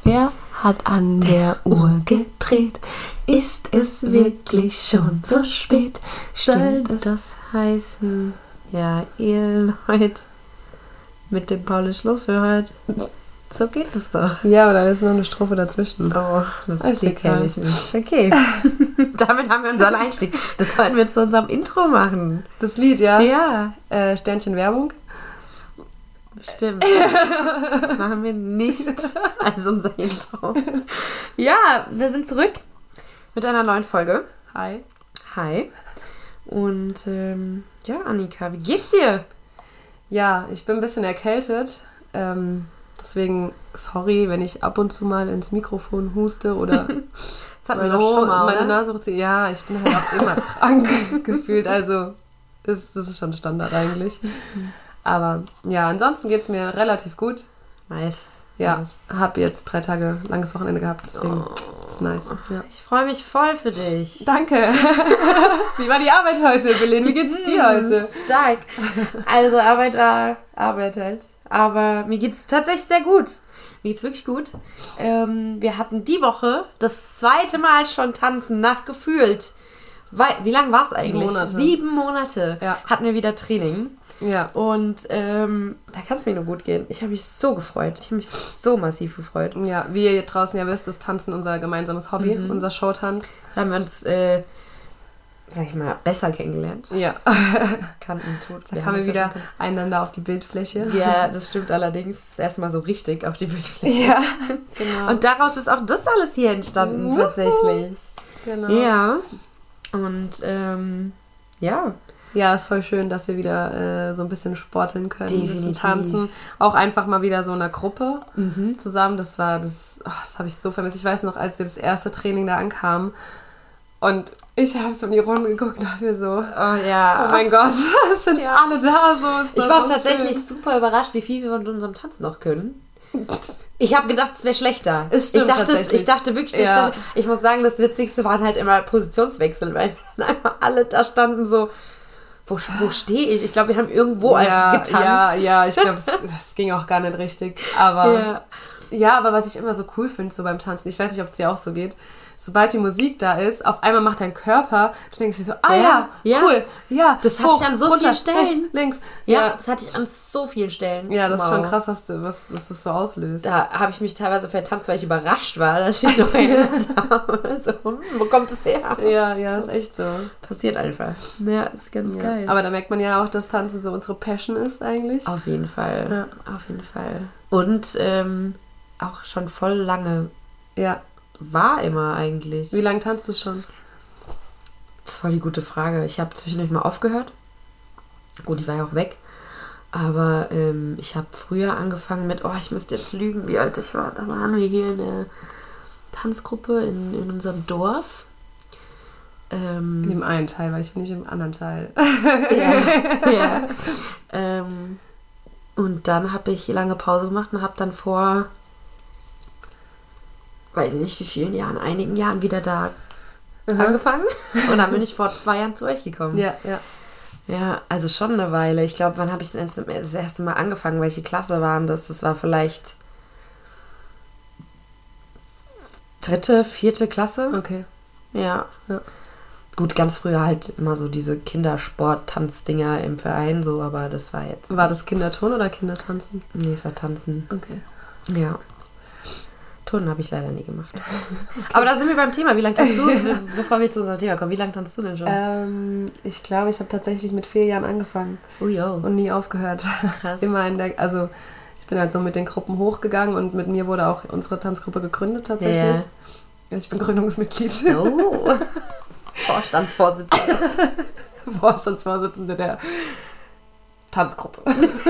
Wer hat an der Uhr gedreht? Ist es wirklich schon so spät? Soll das heißen, ja, ihr Leute, mit dem Paul ist Schluss für heute. So geht es doch. Ja, oder ist noch eine Strophe dazwischen. Oh, das ist die kenne ich nicht. Okay. Damit haben wir unseren Einstieg. Das sollten wir zu unserem Intro machen. Das Lied, ja? Ja. Sternchen Werbung. Stimmt. Das machen wir nicht als unser Intro. Ja, wir sind zurück mit einer neuen Folge. Hi. Hi. Und ja, Annika, wie geht's dir? Ja, ich bin ein bisschen erkältet. Deswegen, sorry, wenn ich ab und zu mal ins Mikrofon huste oder das hatten wir doch schon mal, meine oder? Nase hochziehe. Ja, ich bin halt auch immer krank gefühlt. Also, das ist schon Standard eigentlich. Aber ja, ansonsten geht es mir relativ gut. Nice. Ja, habe jetzt 3 Tage langes Wochenende gehabt, deswegen ist nice. Ja. Ich freue mich voll für dich. Danke. Wie war die Arbeit heute, Belen? Wie geht's dir heute? Stark. Also Arbeit halt. Aber mir geht's tatsächlich sehr gut. Mir geht's wirklich gut. Wir hatten die Woche das 2. Mal schon tanzen nach gefühlt. Wie lange war es eigentlich? 7 Monate. 7 Monate Ja. hatten wir wieder Training. Ja. Und da kann es mir nur gut gehen. Ich habe mich so gefreut. Ich habe mich so massiv gefreut. Ja, wie ihr draußen ja wisst, ist Tanzen unser gemeinsames Hobby, unser Showtanz. Da haben wir uns, sag ich mal, besser kennengelernt. Ja. Kannten tot. Da kamen wir wieder einander auf die Bildfläche. Ja, das stimmt allerdings. Erstmal so richtig auf die Bildfläche. Ja, genau. Und daraus ist auch das alles hier entstanden, tatsächlich. Genau. Ja. Und, ja. Ja, ist voll schön, dass wir wieder so ein bisschen sporteln können, ein bisschen Definitiv. tanzen. Auch einfach mal wieder so in einer Gruppe zusammen. Das habe ich so vermisst. Ich weiß noch, als wir das erste Training da ankamen und ich habe so in die Runde geguckt und dachte mir so, Oh ja. oh mein Gott, es sind alle da. So, Ich war auch tatsächlich super überrascht, wie viel wir von unserem Tanz noch können. Ich habe gedacht, es wäre schlechter. Es stimmt Ich dachte wirklich, Ja. ich muss sagen, das Witzigste waren halt immer Positionswechsel, weil dann einfach alle da standen so, wo stehe ich? Ich glaube, wir haben irgendwo einfach getanzt. Ja, ich glaube, das ging auch gar nicht richtig. Aber aber was ich immer so cool finde, so beim Tanzen, ich weiß nicht, ob es dir auch so geht, sobald die Musik da ist, auf einmal macht dein Körper, du denkst dir so, cool, ja, Das hatte ich an so vielen Stellen. rechts, links. Ja, das hatte ich an so vielen Stellen. Ja, das ist Wow. schon krass, was das so auslöst. Da habe ich mich teilweise vertanzt, weil ich überrascht war, dass ich noch so, wo kommt es her? Ja, ist echt so. Passiert einfach. Ja, ist ganz geil. Aber da merkt man ja auch, dass Tanzen so unsere Passion ist eigentlich. Auf jeden Fall. Ja. Auf jeden Fall. Und auch schon voll lange Ja. war immer eigentlich. Wie lange tanzt du schon? Das ist voll die gute Frage. Ich habe zwischendurch mal aufgehört. Gut, ich war ja auch weg. Aber ich habe früher angefangen mit, ich müsste jetzt lügen, wie alt ich war. Da waren wir hier in der Tanzgruppe in unserem Dorf. In dem einen Teil, weil ich bin nicht im anderen Teil. Ja. Und dann habe ich lange Pause gemacht und habe dann vor, weiß nicht wie vielen Jahren, einigen Jahren wieder da angefangen. Und dann bin ich vor 2 Jahren zu euch gekommen. Ja. Ja, also schon eine Weile. Ich glaube, wann habe ich das erste Mal angefangen? Welche Klasse waren das? Das war vielleicht 3., 4. Klasse. Okay. Ja. Gut, ganz früher halt immer so diese Kindersport-Tanzdinger im Verein, so, aber das war jetzt... War das Kinderturnen oder Kindertanzen? Nee, es war Tanzen. Okay. Ja. Turnen habe ich leider nie gemacht. Aber da sind wir beim Thema. Wie lange tanzt du, bevor wir zu unserem Thema kommen, wie lange tanzt du denn schon? Ich glaube, ich habe tatsächlich mit 4 Jahren angefangen und nie aufgehört. Krass. Immer also ich bin halt so mit den Gruppen hochgegangen und mit mir wurde auch unsere Tanzgruppe gegründet tatsächlich. Ja. Also ich bin Gründungsmitglied. Oh. Vorstandsvorsitzende der Tanzgruppe.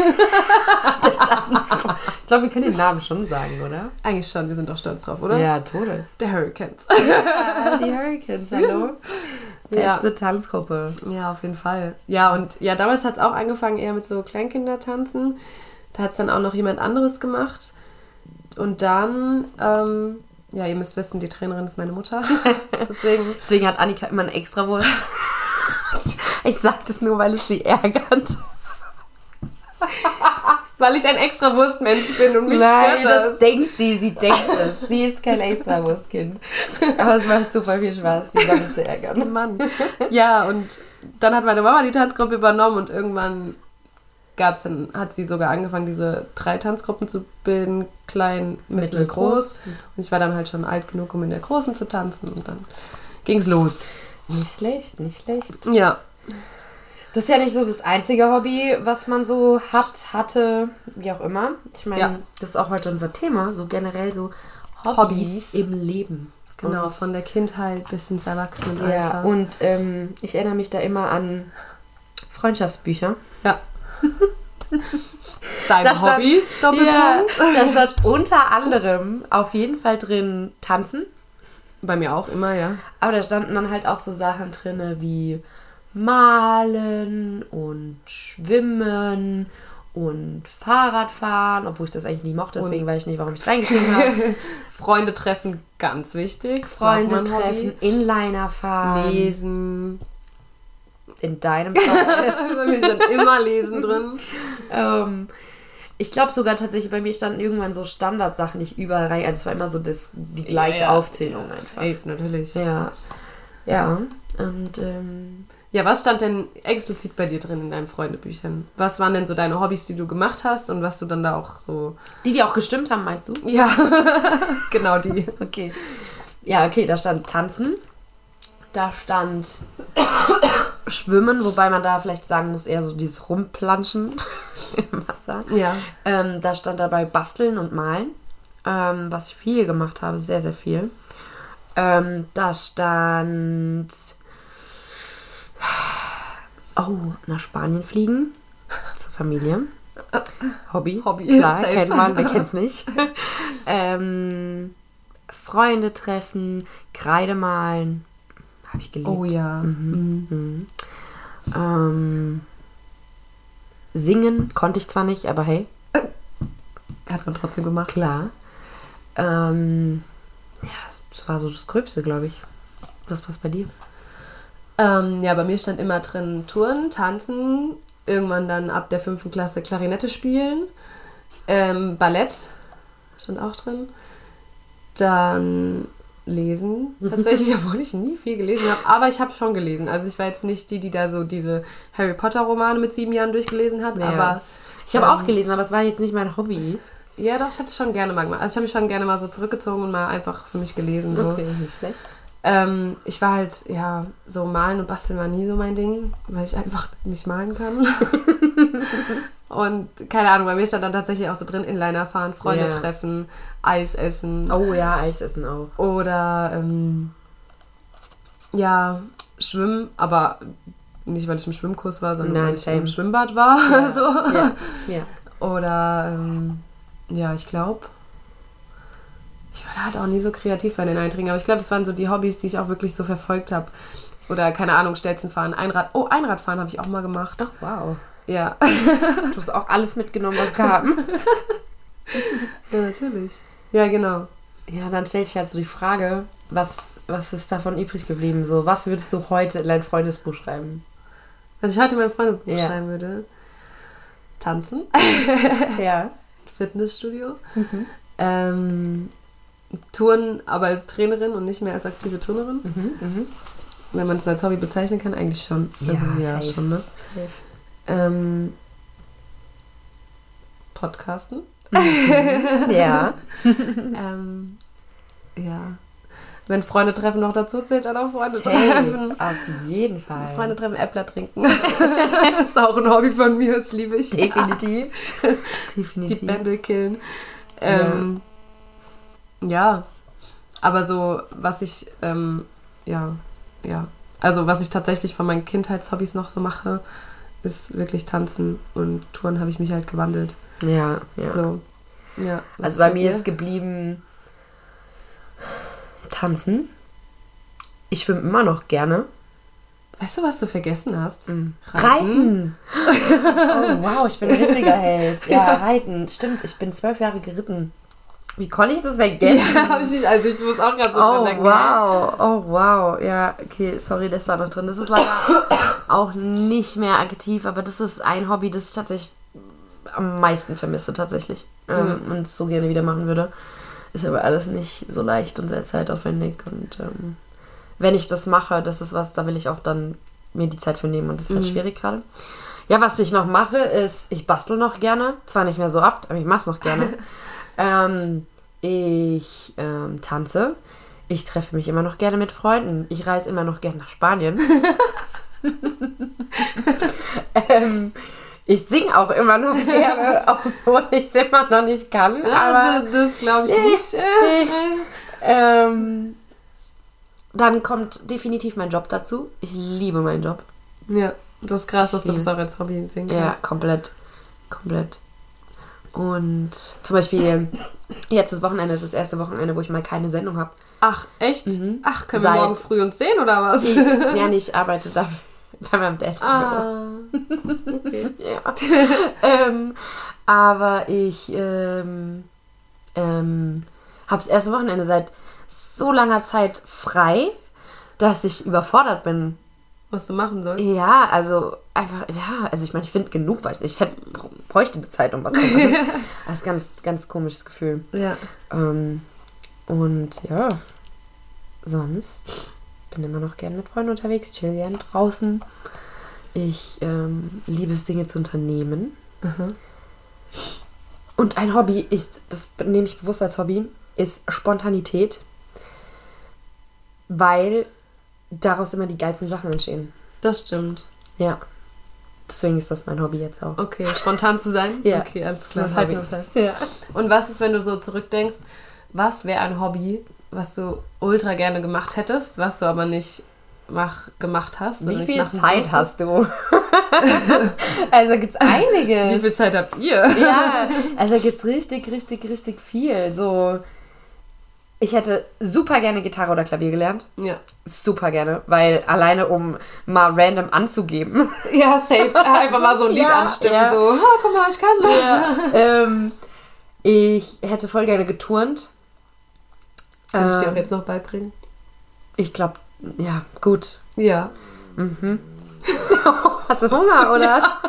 Ich glaube, wir können den Namen schon sagen, oder? Eigentlich schon, wir sind auch stolz drauf, oder? Ja, Todes. Der Hurricanes. Die Hurricanes, hallo. Beste Tanzgruppe. Ja, auf jeden Fall. Ja, und ja, damals hat es auch angefangen eher mit so Kleinkindertanzen. Da hat es dann auch noch jemand anderes gemacht. Und dann, ihr müsst wissen, die Trainerin ist meine Mutter. Deswegen hat Annika immer eine Extrawurst. Ich sag das nur, weil es sie ärgert. Weil ich ein Extrawurstmensch bin und mich Nein, stört das. das denkt sie. Sie denkt es. Sie ist kein Extrawurstkind. Aber es macht super viel Spaß, sie damit zu ärgern. Mann. Ja, und dann hat meine Mama die Tanzgruppe übernommen und irgendwann hat sie sogar angefangen, diese 3 Tanzgruppen zu bilden, klein, mittel, groß. Und ich war dann halt schon alt genug, um in der großen zu tanzen und dann ging's los. Nicht schlecht, nicht schlecht. Ja. Das ist ja nicht so das einzige Hobby, was man so hatte, wie auch immer. Ich meine, das ist auch heute unser Thema, so generell so Hobbys im Leben. Genau, und von der Kindheit bis ins Erwachsenenalter. Ja, und ich erinnere mich da immer an Freundschaftsbücher. Ja. Deine Hobbys, Doppelpunkt. Ja, da stand unter anderem auf jeden Fall drin Tanzen. Bei mir auch immer, ja. Aber da standen dann halt auch so Sachen drin wie Malen und Schwimmen und Fahrradfahren, obwohl ich das eigentlich nicht mochte, deswegen weiß ich nicht, warum ich es reingeschrieben habe. Freunde treffen, ganz wichtig. Freunde treffen, Inliner fahren. Lesen. In deinem Fall. Bei mir stand immer Lesen drin. Ich glaube sogar tatsächlich, bei mir standen irgendwann so Standardsachen nicht überall rein. Also es war immer so die gleiche Aufzählung einfach. Safe, natürlich. Ja. Ja. Und ja, was stand denn explizit bei dir drin in deinen Freundebüchern? Was waren denn so deine Hobbys, die du gemacht hast und was du dann da auch so... Die auch gestimmt haben, meinst du? Ja, genau die. Okay. Ja, okay, da stand Tanzen. Da stand Schwimmen, wobei man da vielleicht sagen muss, eher so dieses Rumplanschen im Wasser. Ja. Da stand dabei Basteln und Malen, was ich viel gemacht habe, sehr, sehr viel. Da stand nach Spanien fliegen, zur Familie. Hobby, klar, safe. kennt man, wer kennt's nicht. Freunde treffen, Kreide malen, habe ich geliebt. Oh ja. Singen konnte ich zwar nicht, aber hey. Hat man trotzdem gemacht. Klar. Ja, das war so das Gröbste, glaube ich. Was bei dir? Ja, bei mir stand immer drin Turnen, Tanzen, irgendwann dann ab der 5. Klasse Klarinette spielen, Ballett stand auch drin, dann Lesen, tatsächlich, obwohl ich nie viel gelesen habe, aber ich habe schon gelesen. Also ich war jetzt nicht die da so diese Harry Potter Romane mit 7 Jahren durchgelesen hat, ja. aber... Ich habe auch gelesen, aber es war jetzt nicht mein Hobby. Ja, doch, ich habe es schon gerne mal gemacht. Also ich habe mich schon gerne mal so zurückgezogen und mal einfach für mich gelesen. So. Okay, nicht schlecht. Ich war halt, ja, so malen und basteln war nie so mein Ding, weil ich einfach nicht malen kann. Und keine Ahnung, bei mir stand dann tatsächlich auch so drin, Inliner fahren, Freunde treffen, Eis essen. Oh ja, Eis essen auch. Oder, ja, schwimmen, aber nicht, weil ich im Schwimmkurs war, sondern weil ich im Schwimmbad war. Ja. So. Ja. Oder, ja, ich glaube, ich war da halt auch nie so kreativ bei den Einträgen, aber ich glaube, das waren so die Hobbys, die ich auch wirklich so verfolgt habe. Oder, keine Ahnung, Stelzen fahren, Einradfahren habe ich auch mal gemacht. Ach, wow. Ja. Du hast auch alles mitgenommen, was kam. Ja, natürlich. Ja, genau. Ja, dann stellt sich halt so die Frage, was ist davon übrig geblieben? So, was würdest du heute in dein Freundesbuch schreiben? Was ich heute in mein Freundebuch schreiben würde? Tanzen. Ja. Fitnessstudio. Touren, aber als Trainerin und nicht mehr als aktive Turnerin. Wenn man es als Hobby bezeichnen kann, eigentlich schon. Also, ja, schon, ne? Podcasten. Ja. Ja. Wenn Freunde treffen noch dazu zählt, dann auch Freunde treffen. Auf jeden Fall. Freunde treffen, Äppler trinken. Das ist auch ein Hobby von mir, das liebe ich. Definitiv. Definitiv. Die Bämbel killen. Ja. Aber so, was ich, also was ich tatsächlich von meinen Kindheitshobbys noch so mache, ist wirklich Tanzen und Touren habe ich mich halt gewandelt. Ja. So, ja. Also bei mir ist geblieben Tanzen. Ich schwimme immer noch gerne. Weißt du, was du vergessen hast? Reiten! Oh wow, ich bin ein richtiger Held. Ja, Reiten. Stimmt, ich bin 12 Jahre geritten. Wie konnte ich das vergessen? Ja, habe ich nicht. Also ich muss auch gerade so dran denken. Oh wow. Ja, okay, sorry, das war noch drin. Das ist leider auch nicht mehr aktiv, aber das ist ein Hobby, das ich tatsächlich am meisten vermisse tatsächlich. Und so gerne wieder machen würde. Ist aber alles nicht so leicht und sehr zeitaufwendig. Und wenn ich das mache, das ist was, da will ich auch dann mir die Zeit für nehmen. Und das ist halt schwierig gerade. Ja, was ich noch mache, ist, ich bastel noch gerne. Zwar nicht mehr so oft, aber ich mache es noch gerne. Ich tanze. Ich treffe mich immer noch gerne mit Freunden. Ich reise immer noch gerne nach Spanien. Ich singe auch immer noch gerne, obwohl ich es immer noch nicht kann. Aber das glaube ich nicht. Dann kommt definitiv mein Job dazu. Ich liebe meinen Job. Ja, das ist krass, dass du das auch als Hobby singen kannst. Ja, komplett. Und zum Beispiel, jetzt das Wochenende ist das erste Wochenende, wo ich mal keine Sendung habe. Ach, echt? Ach, können wir morgen früh uns sehen, oder was? Ich arbeite da bei meinem Dad. Okay. Ja. Aber ich habe das erste Wochenende seit so langer Zeit frei, dass ich überfordert bin. Was du machen sollst? Ja, also einfach, ich meine, ich finde genug, weil ich bräuchte die Zeit, um was zu machen. Das ist ein ganz, ganz komisches Gefühl. Ja. Und ja, sonst bin immer noch gerne mit Freunden unterwegs, chill gerne draußen. Ich liebe es, Dinge zu unternehmen. Und ein Hobby ist, das nehme ich bewusst als Hobby, ist Spontanität, weil daraus immer die geilsten Sachen entstehen. Das stimmt. Ja. Deswegen ist das mein Hobby jetzt auch. Okay, spontan zu sein? Ja. Okay, alles klar. Halten wir fest. Ja. Und was ist, wenn du so zurückdenkst, was wäre ein Hobby, was du ultra gerne gemacht hättest, was du aber nicht gemacht hast? Wie viel Zeit hast du? Also gibt's einige. Wie viel Zeit habt ihr? Ja, also gibt's richtig, richtig, richtig viel. So, ich hätte super gerne Gitarre oder Klavier gelernt. Ja. Super gerne, weil alleine um mal random anzugeben. Ja, safe. Einfach mal so ein Lied anstimmen. Ja. So, guck mal, ich kann. Ja. Ich hätte voll gerne geturnt. Kann ich dir auch jetzt noch beibringen? Ich glaube, ja, gut. Ja. Hast du Hunger, oder?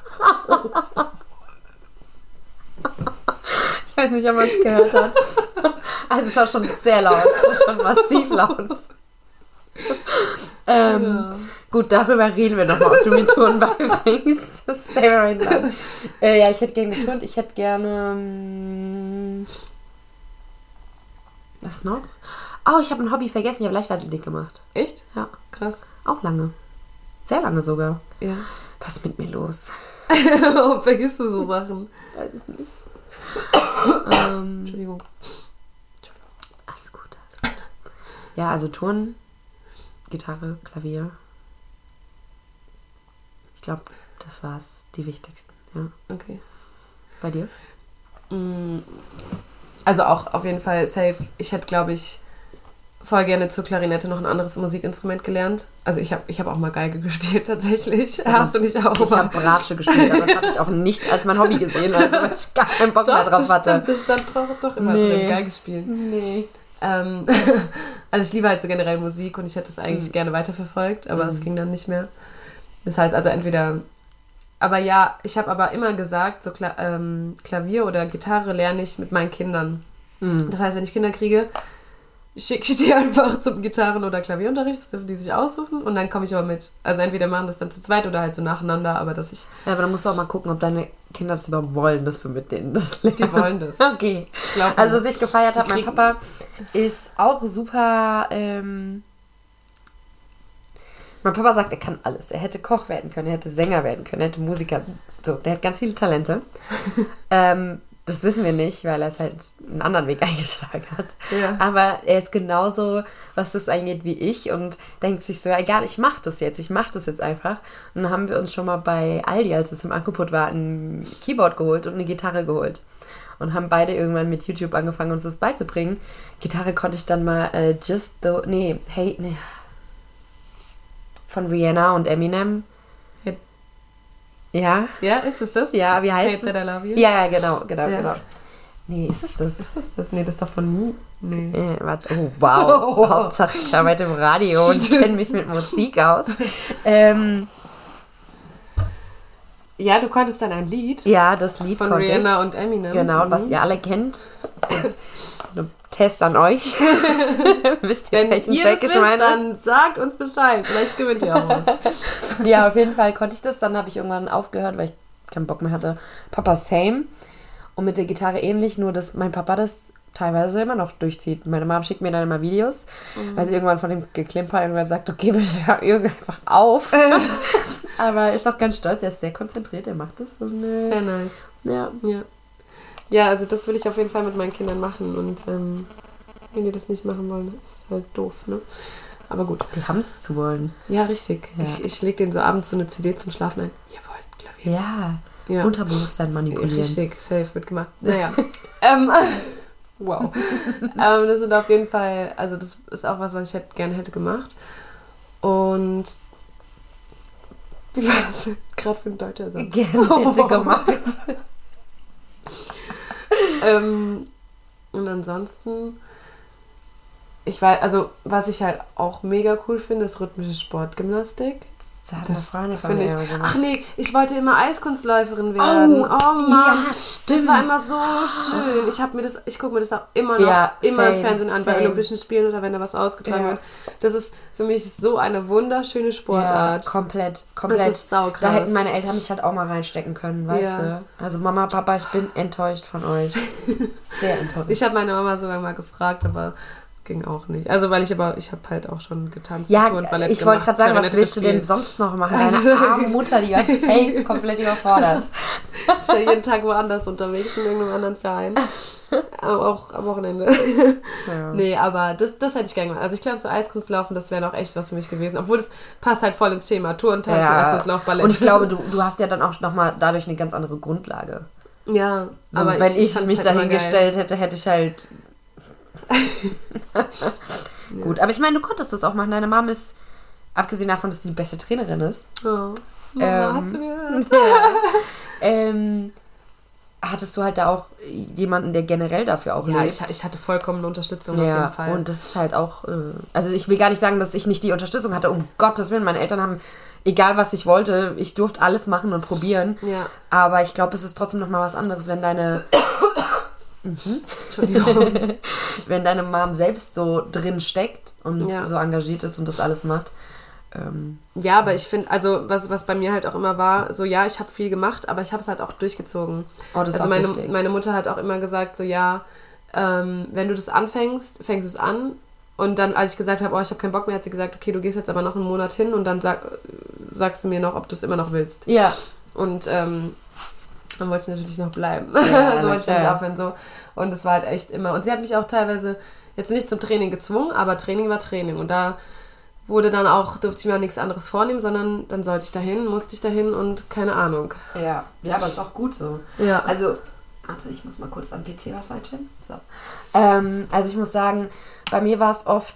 Ich weiß nicht, ob man es gehört hat. Also es war schon sehr laut. Es war schon massiv laut. Gut, darüber reden wir nochmal, ob du mir Touren beibringst. Das stellen wir mal hin. Ja, ich hätte gerne geturnt. Ich hätte gerne... was noch? Oh, ich habe ein Hobby vergessen. Ich habe Leichtathletik gemacht. Echt? Ja. Krass. Auch lange. Sehr lange sogar. Ja. Was ist mit mir los? Warum vergisst du so Sachen? Weiß ich nicht. Entschuldigung. Alles gut. Ja, also Turnen, Gitarre, Klavier. Ich glaube, das war's. Die wichtigsten. Ja. Okay. Bei dir? Also auch auf jeden Fall safe. Ich hätte, glaube ich, voll gerne zur Klarinette noch ein anderes Musikinstrument gelernt. Also ich hab auch mal Geige gespielt, tatsächlich. Hast du nicht auch mal? Ich habe Bratsche gespielt, aber das habe ich auch nicht als mein Hobby gesehen, also weil ich gar keinen Bock mehr drauf hatte. Das stand doch immer drin, Geige spielen. Nee. Also ich liebe halt so generell Musik und ich hätte es eigentlich gerne weiterverfolgt, aber es ging dann nicht mehr. Das heißt also entweder... Aber ja, ich habe aber immer gesagt, so Klavier oder Gitarre lerne ich mit meinen Kindern. Das heißt, wenn ich Kinder kriege, schicke ich die einfach zum Gitarren- oder Klavierunterricht, das dürfen die sich aussuchen und dann komme ich aber mit. Also entweder machen das dann zu zweit oder halt so nacheinander, aber dass ich... Ja, aber dann musst du auch mal gucken, ob deine Kinder das überhaupt wollen, dass du mit denen das lernst. Die wollen das. Okay. Also was ich gefeiert habe, mein Papa ist auch super... Mein Papa sagt, er kann alles. Er hätte Koch werden können, er hätte Sänger werden können, er hätte Musiker. So, der hat ganz viele Talente. Das wissen wir nicht, weil er es halt einen anderen Weg eingeschlagen hat. Ja. Aber er ist genauso, was das angeht, wie ich und denkt sich so, ja, egal, ich mache das jetzt einfach. Und dann haben wir uns schon mal bei Aldi, als es im Angebot war, ein Keyboard geholt und eine Gitarre geholt. Und haben beide irgendwann mit YouTube angefangen, uns das beizubringen. Gitarre konnte ich dann mal von Rihanna und Eminem. Ja? Ja, ist es das? Ja, wie heißt es? Hey, That I Love You? Ja, genau. Nee, ist es das? Ist es das? Nee, das ist doch von nie. Nee. Warte. Oh, wow. Hauptsache ich arbeite im Radio und kenne mich mit Musik aus. Ja, du konntest dann ein Lied. Ja, das Lied von Rihanna und Eminem. Genau, was ihr alle kennt. Das ist jetzt ein Test an euch. Wisst ihr, wenn welchen ihr Track das ich meine? dann sagt uns Bescheid. Vielleicht gewinnt ihr auch was. Ja, auf jeden Fall konnte ich das. Dann habe ich irgendwann aufgehört, weil ich keinen Bock mehr hatte. Papa Same. Und mit der Gitarre ähnlich, nur dass mein Papa das teilweise immer noch durchzieht. Meine Mom schickt mir dann immer Videos, weil sie irgendwann von dem Geklimper irgendwann sagt, okay, bitte hör einfach auf. Aber er ist auch ganz stolz, er ist sehr konzentriert, er macht das. Und, sehr nice. Ja. Ja, also das will ich auf jeden Fall mit meinen Kindern machen. Und wenn die das nicht machen wollen, ist halt doof, ne? Aber gut. Die haben es zu wollen. Ja, richtig. Ja. Ich lege denen so abends so eine CD zum Schlafen ein. Ihr wollt Klavier. Ja. Unterbewusstsein manipulieren. Richtig, safe wird gemacht. Naja. Wow. Das sind auf jeden Fall, also das ist auch was ich gerne hätte gemacht. Und wie war das gerade für ein deutscher Satz? Gerne hätte gemacht. Und ansonsten, also was ich halt auch mega cool finde, ist rhythmische Sportgymnastik. Das finde ich. Ach nee, ich wollte immer Eiskunstläuferin werden. Oh Mann, ja, stimmt. Das war immer so schön. Ich gucke mir das auch immer noch im Fernsehen an, bei Olympischen Spielen oder wenn da was ausgetragen wird. Das ist für mich so eine wunderschöne Sportart. Ja, komplett. Das ist saukrass. Da hätten meine Eltern mich halt auch mal reinstecken können, weißt du? Also Mama, Papa, ich bin enttäuscht von euch. Sehr enttäuscht. Ich habe meine Mama sogar mal gefragt, aber ging auch nicht. Also weil ich habe halt auch schon getanzt und Ballett ich wollte gerade sagen, was willst du denn sonst noch machen? Deine arme Mutter, die war safe komplett überfordert. Ich war jeden Tag woanders unterwegs in irgendeinem anderen Verein. Aber auch am Wochenende. Ja. Nee, aber das hätte ich gerne gemacht. Also ich glaube, so Eiskunstlaufen, das wäre noch echt was für mich gewesen. Obwohl das passt halt voll ins Schema. Touren, Tanzen, Eiskunstlauf, Ballett. Und ich glaube, du hast ja dann auch nochmal dadurch eine ganz andere Grundlage. Ja, so, aber wenn ich mich halt dahingestellt hätte, hätte ich halt... Gut, aber ich meine, du konntest das auch machen. Deine Mom ist, abgesehen davon, dass sie die beste Trainerin ist. Oh, Mama, hast du gehört? Hattest du halt da auch jemanden, der generell dafür auch lebt? Ja, ich hatte vollkommene Unterstützung auf jeden Fall. Und das ist halt auch, also ich will gar nicht sagen, dass ich nicht die Unterstützung hatte, um Gottes Willen, meine Eltern haben, egal was ich wollte, ich durfte alles machen und probieren, aber ich glaube, es ist trotzdem nochmal was anderes, wenn deine Entschuldigung. Wenn deine Mom selbst so drin steckt und so engagiert ist und das alles macht. Ja, aber ich finde, also was bei mir halt auch immer war, so ich habe viel gemacht, aber ich habe es halt auch durchgezogen. Oh, das also ist auch meine Mutter hat auch immer gesagt, so wenn du das anfängst, fängst du es an. Und dann, als ich gesagt habe, ich habe keinen Bock mehr, hat sie gesagt, okay, du gehst jetzt aber noch einen Monat hin und dann sagst du mir noch, ob du es immer noch willst. Ja. Und dann wollte ich natürlich noch bleiben. Ja, so wollte ich nicht aufhören. So. Und es war halt echt immer. Und sie hat mich auch teilweise jetzt nicht zum Training gezwungen, aber Training war Training. Und da durfte ich mir auch nichts anderes vornehmen, sondern dann musste ich dahin und keine Ahnung. Ja, aber ist auch gut so. Ja. Also ich muss mal kurz am PC was einstellen. So. Also ich muss sagen, bei mir war es oft,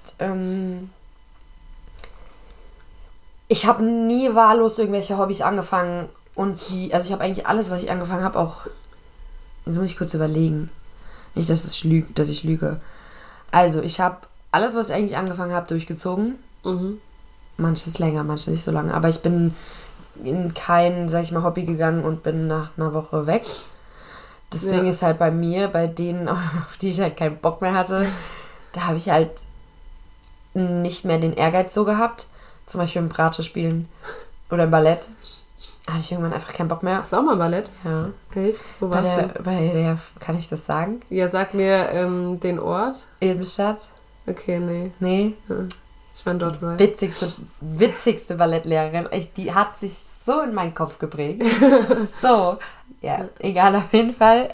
ich habe nie wahllos irgendwelche Hobbys angefangen. Und also ich habe eigentlich alles, was ich angefangen habe, auch... Jetzt muss ich kurz überlegen. Nicht, dass ich lüge. Also, ich habe alles, was ich eigentlich angefangen habe, durchgezogen. Mhm. Manches länger, manches nicht so lange. Aber ich bin in kein, sag ich mal, Hobby gegangen und bin nach einer Woche weg. Das Ding ist halt bei mir, bei denen, auf die ich halt keinen Bock mehr hatte, da habe ich halt nicht mehr den Ehrgeiz so gehabt. Zum Beispiel im Brate spielen oder im Ballett. Da hatte ich irgendwann einfach keinen Bock mehr. Hast du auch mal Ballett? Ja. Echt? Wo warst du? Kann ich das sagen? Ja, sag mir den Ort. Ilbenstadt. Okay, nee. Nee? Ich war dort mal. Witzigste Ballettlehrerin. Die hat sich so in meinen Kopf geprägt. So. Ja, egal, auf jeden Fall.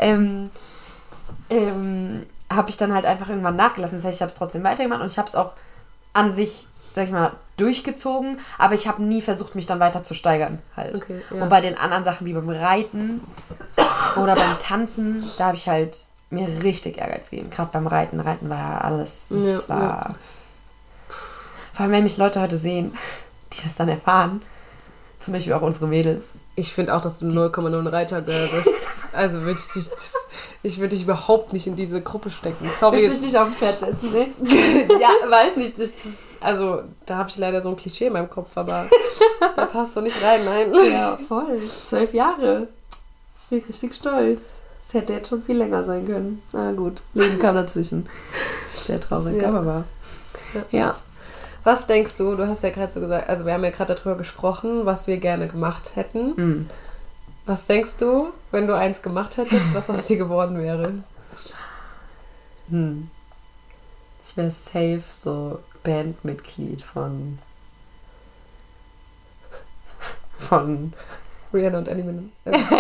Habe ich dann halt einfach irgendwann nachgelassen. Das heißt, ich habe es trotzdem weitergemacht und ich habe es auch an sich, sag ich mal, durchgezogen, aber ich habe nie versucht, mich dann weiter zu steigern halt. Okay, ja. Und bei den anderen Sachen wie beim Reiten oder beim Tanzen, da habe ich halt mir richtig Ehrgeiz gegeben. Gerade beim Reiten. Reiten war ja alles. Vor allem, wenn mich Leute heute sehen, die das dann erfahren, zum Beispiel auch unsere Mädels. Ich finde auch, dass du 0,0 Reitergirl bist. Also ich würde dich überhaupt nicht in diese Gruppe stecken. Sorry. Willst du dich nicht auf dem Pferd setzen, ne? Ja, weiß nicht. Also, da habe ich leider so ein Klischee in meinem Kopf, aber Da passt doch nicht rein, nein. Ja, voll. 12 Jahre. Bin ich richtig stolz. Das hätte jetzt schon viel länger sein können. Na gut, Leben kam dazwischen. Sehr traurig, aber wahr. Ja. Was denkst du, du hast ja gerade so gesagt, also wir haben ja gerade darüber gesprochen, was wir gerne gemacht hätten. Was denkst du, wenn du eins gemacht hättest, was aus dir geworden wäre? Ich wäre safe so Bandmitglied von Rihanna und Eminem.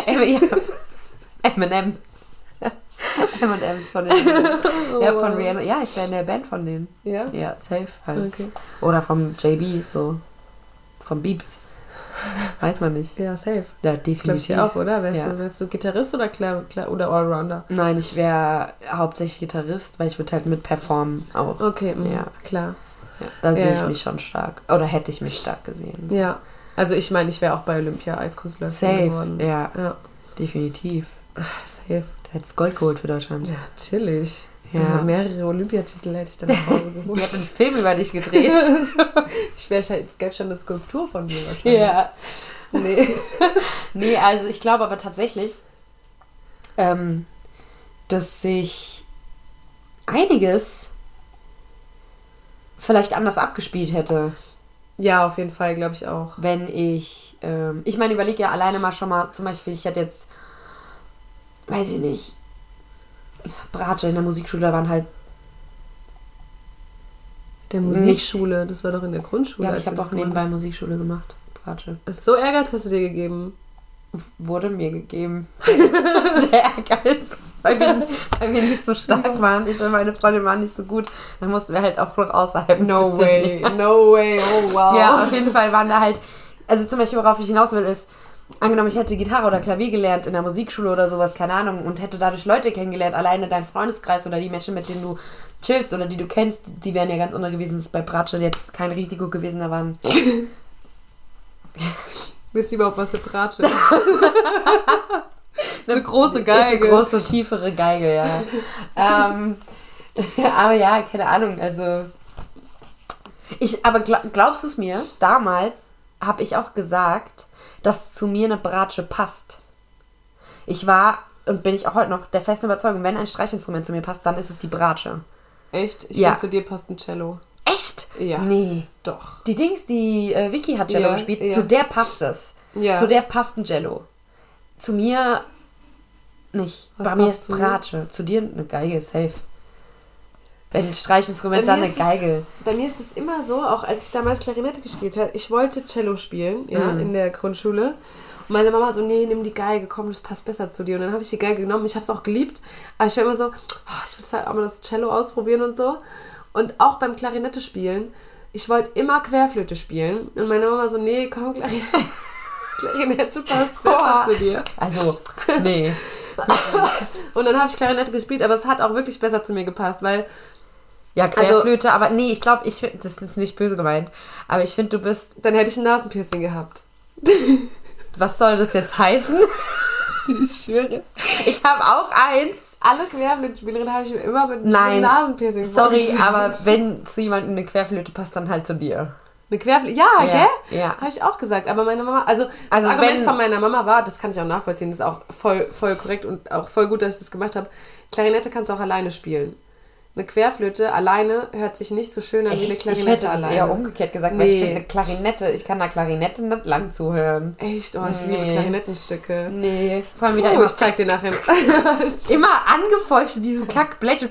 Eminem. M&M's von den von Rihanna. Ja, ich wäre in der Band von denen. Ja? Ja, safe halt. Okay. Oder vom JB, so. Vom Beeps. Weiß man nicht. Ja, safe. Ja, definitiv. Glaube ich auch, oder? Wärst du Gitarrist oder oder Allrounder? Nein, ich wäre hauptsächlich Gitarrist, weil ich würde halt mit performen auch. Okay, ja, klar. Ja, da sehe ich mich schon stark. Oder hätte ich mich stark gesehen. Ja. Also ich meine, ich wäre auch bei Olympia Eiskunstläuferin geworden. Ja. Definitiv. Safe. Du hättest Gold geholt für Deutschland. Ja, chillig. Ja. Mehrere Olympiatitel hätte ich dann nach Hause geholt. Die hat einen Film über dich gedreht. Gäbe schon eine Skulptur von mir wahrscheinlich. Ja. Nee. Nee, also ich glaube aber tatsächlich, dass sich einiges vielleicht anders abgespielt hätte. Ja, auf jeden Fall, glaube ich auch. Wenn ich meine, überlege ja alleine mal schon mal, zum Beispiel, ich hatte jetzt, weiß ich nicht, Bratsche in der Musikschule, da waren halt der Musikschule, das war doch in der Grundschule. Ja, aber ich habe auch nebenbei Musikschule gemacht, Bratsche. Ist so Ehrgeiz hast du dir gegeben? Wurde mir gegeben. Der Ehrgeiz, weil wir nicht so stark waren. Ich und meine Freundin waren nicht so gut. Dann mussten wir halt auch noch außerhalb. No way, oh wow. Ja, auf jeden Fall waren da halt, also zum Beispiel, worauf ich hinaus will, ist, angenommen, ich hätte Gitarre oder Klavier gelernt in der Musikschule oder sowas, keine Ahnung, und hätte dadurch Leute kennengelernt, alleine dein Freundeskreis oder die Menschen, mit denen du chillst oder die du kennst, die wären ja ganz andere gewesen. Das ist bei Bratsche jetzt kein Risiko gewesen, da waren... Wisst ihr überhaupt, was eine Bratsche ist? Eine große Geige. Eine große, tiefere Geige, ja. Aber ja, keine Ahnung, also... Aber glaubst du es mir, damals habe ich auch gesagt, dass zu mir eine Bratsche passt. Ich war, und bin ich auch heute noch der festen Überzeugung, wenn ein Streichinstrument zu mir passt, dann ist es die Bratsche. Echt? Ich finde, zu dir passt ein Cello. Echt? Ja. Nee. Doch. Die Vicky hat Cello gespielt, ja. zu der passt es. Ja. Zu der passt ein Cello. Zu mir nicht. Bei mir ist Bratsche. Zu dir eine Geige, safe. Wenn ein Streichinstrument, dann eine Geige. Bei mir ist es immer so, auch als ich damals Klarinette gespielt habe, ich wollte Cello spielen, in der Grundschule. Und meine Mama so, nee, nimm die Geige, komm, das passt besser zu dir. Und dann habe ich die Geige genommen, ich habe es auch geliebt, aber ich war immer so, ich will halt auch mal das Cello ausprobieren und so. Und auch beim Klarinette spielen, ich wollte immer Querflöte spielen. Und meine Mama so, nee, komm, Klarinette passt besser zu dir. Also, nee. Und dann habe ich Klarinette gespielt, aber es hat auch wirklich besser zu mir gepasst, weil... Ja, Querflöte, aber nee, ich glaube, das ist jetzt nicht böse gemeint, aber ich finde, du bist... Dann hätte ich ein Nasenpiercing gehabt. Was soll das jetzt heißen? Ich schwöre. Ich habe auch eins. Alle Querflötenspielerinnen habe ich immer mit einem Nasenpiercing. Sorry, aber wenn zu jemandem eine Querflöte passt, dann halt zu dir. Eine Querflöte? Ja, gell? Ja. Habe ich auch gesagt. Aber meine Mama, also das Argument von meiner Mama war, das kann ich auch nachvollziehen, das ist auch voll korrekt und auch voll gut, dass ich das gemacht habe. Klarinette kannst du auch alleine spielen. Eine Querflöte alleine hört sich nicht so schön an wie eine Klarinette alleine. Ich hätte das alleine. eher umgekehrt gesagt, weil ich finde eine Klarinette, ich kann einer Klarinette nicht lang zuhören. Echt? Oh, ich liebe Klarinettenstücke. Nee. Vor allem wieder ich zeig dir nachher. Immer angefeuchtet, diese Kackblech.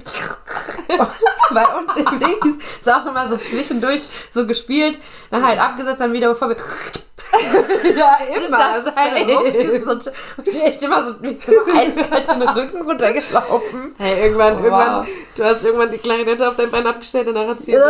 Bei uns im Ding ist auch immer so zwischendurch so gespielt, dann halt abgesetzt, dann wieder bevor wir... Ja, immer. Das halt und ich echt immer so eiskalt den Rücken runtergelaufen. Hey, irgendwann, du hast irgendwann die Klarinette auf dein Bein abgestellt und dann hat sie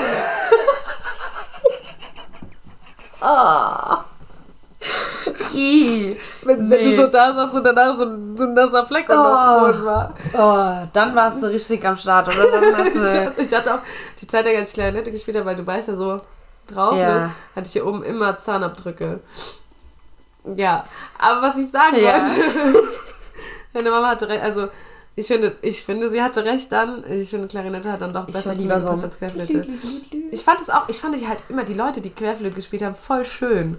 Wenn du so da saßt und danach so ein nasser Fleck auf dem Boden war. Dann warst du richtig am Start, oder? Dann hast du ich hatte auch die Zeit, als ich Klarinette gespielt habe, weil du weißt ja so drauf, ne, hatte ich hier oben immer Zahnabdrücke. Ja, aber was ich sagen wollte, meine Mama hatte recht, also ich finde, sie hatte recht dann, ich finde Klarinette hat dann doch besser zu mir gepasst als Querflöte. Ich fand die halt immer, die Leute, die Querflöte gespielt haben, voll schön.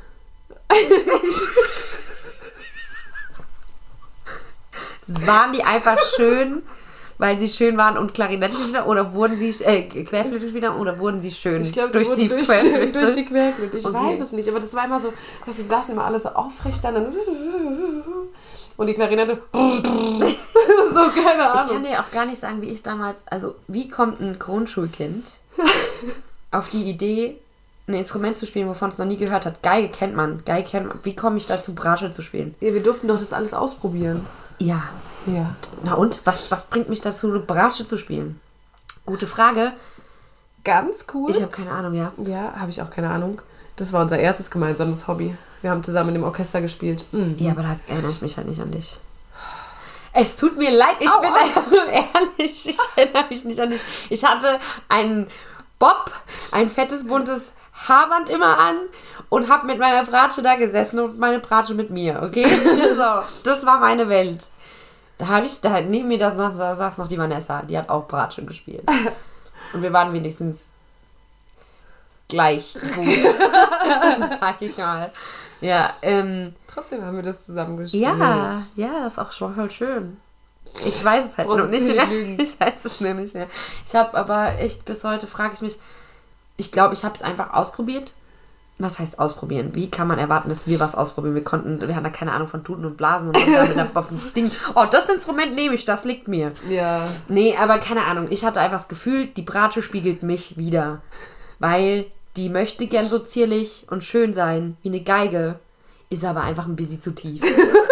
Waren die einfach schön, weil sie schön waren und Klarinette gespielt haben, oder wurden sie Querflöte gespielt haben, oder wurden sie schön? Ich glaube, durch die Querflöte. Ich weiß es nicht, aber das war immer so, sie saßen immer alle so aufrecht dann und die Klarinette so, keine Ahnung. Ich kann dir auch gar nicht sagen, wie ich damals, also wie kommt ein Grundschulkind auf die Idee, ein Instrument zu spielen, wovon es noch nie gehört hat. Geige kennt man. Wie komme ich dazu, Bratsche zu spielen? Ja, wir durften doch das alles ausprobieren. Ja. Na und? Was bringt mich dazu, eine Bratsche zu spielen? Gute Frage. Ganz cool. Ich habe keine Ahnung, ja. Ja, habe ich auch keine Ahnung. Das war unser erstes gemeinsames Hobby. Wir haben zusammen in dem Orchester gespielt. Mhm. Ja, aber da erinnere ich mich halt nicht an dich. Es tut mir leid, ich bin einfach nur ehrlich. Ich erinnere mich nicht an dich. Ich hatte einen Bob, ein fettes, buntes Haarband immer an und habe mit meiner Bratsche da gesessen und meine Bratsche mit mir, okay? So, das war meine Welt. Neben mir saß noch die Vanessa, die hat auch Bratsche gespielt. Und wir waren wenigstens gleich gut. Sag ich mal. Ja, trotzdem haben wir das zusammen gespielt. Ja, das ist auch schon voll schön. Ich weiß es halt noch nicht mehr. Ich weiß es nur nicht mehr. Ich habe aber echt bis heute, frage ich mich, ich glaube, ich habe es einfach ausprobiert. Was heißt ausprobieren? Wie kann man erwarten, dass wir was ausprobieren? Wir hatten da keine Ahnung von Tuten und Blasen und dann damit auf dem Ding, das Instrument nehme ich, das liegt mir. Ja. Nee, aber keine Ahnung. Ich hatte einfach das Gefühl, die Bratsche spiegelt mich wieder. Weil die möchte gern so zierlich und schön sein wie eine Geige, ist aber einfach ein bisschen zu tief.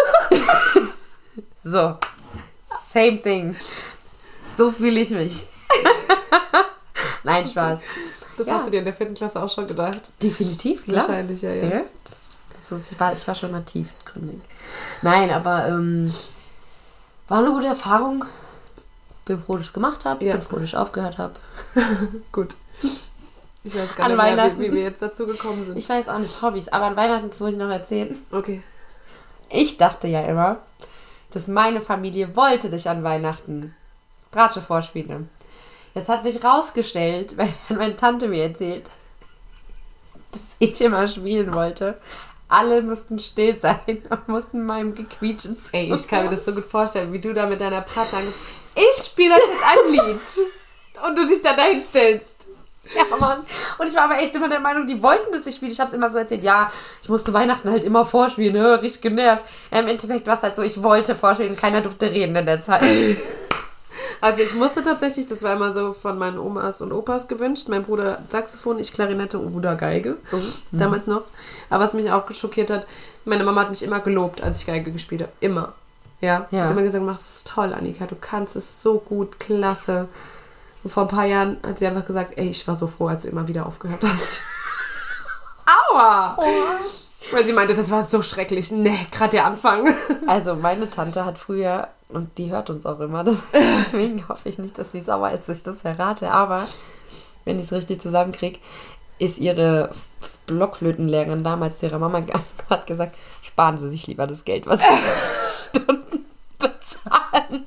So. Same thing. So fühle ich mich. Nein, Spaß. Das hast du dir in der 4. Klasse auch schon gedacht? Definitiv, klar. Wahrscheinlich, ja. Ich war schon mal tiefgründig. Nein, aber war eine gute Erfahrung. Bin froh, dass ich es gemacht habe. Bin froh, dass ich aufgehört habe. Gut. Ich weiß gar nicht mehr, wie wir jetzt dazu gekommen sind. Ich weiß auch nicht, Hobbys. Aber an Weihnachten, das muss ich noch erzählen. Okay. Ich dachte ja immer, dass meine Familie wollte, dass ich an Weihnachten Bratsche vorspiele. Jetzt hat sich rausgestellt, weil meine Tante mir erzählt, dass ich immer spielen wollte. Alle mussten still sein und mussten meinem Gequietschen zu. Ey, ich kann mir das so gut vorstellen, wie du da mit deiner Patte angehst. Ich spiele euch jetzt ein Lied. Und du dich da dahin stellst. Ja, Mann. Und ich war aber echt immer der Meinung, die wollten, dass ich spiele. Ich habe es immer so erzählt, ja, ich musste Weihnachten halt immer vorspielen, ne? Richtig genervt. Im Endeffekt war es halt so, ich wollte vorspielen, keiner durfte reden in der Zeit. Also ich musste tatsächlich, das war immer so von meinen Omas und Opas gewünscht, mein Bruder Saxophon, ich Klarinette und Bruder Geige, damals noch. Aber was mich auch schockiert hat, meine Mama hat mich immer gelobt, als ich Geige gespielt habe. Immer. Ja. Hat immer gesagt, du machst es toll, Annika, du kannst es so gut, klasse. Und vor ein paar Jahren hat sie einfach gesagt, ey, ich war so froh, als du immer wieder aufgehört hast. Aua! Oh. Weil sie meinte, das war so schrecklich. Nee, gerade der Anfang. Also meine Tante hat früher, und die hört uns auch immer, deswegen hoffe ich nicht, dass sie sauer ist, dass ich das verrate, aber wenn ich es richtig zusammenkriege, ist ihre Blockflötenlehrerin damals zu ihrer Mama hat gesagt, sparen Sie sich lieber das Geld, was Sie für die Stunden bezahlen.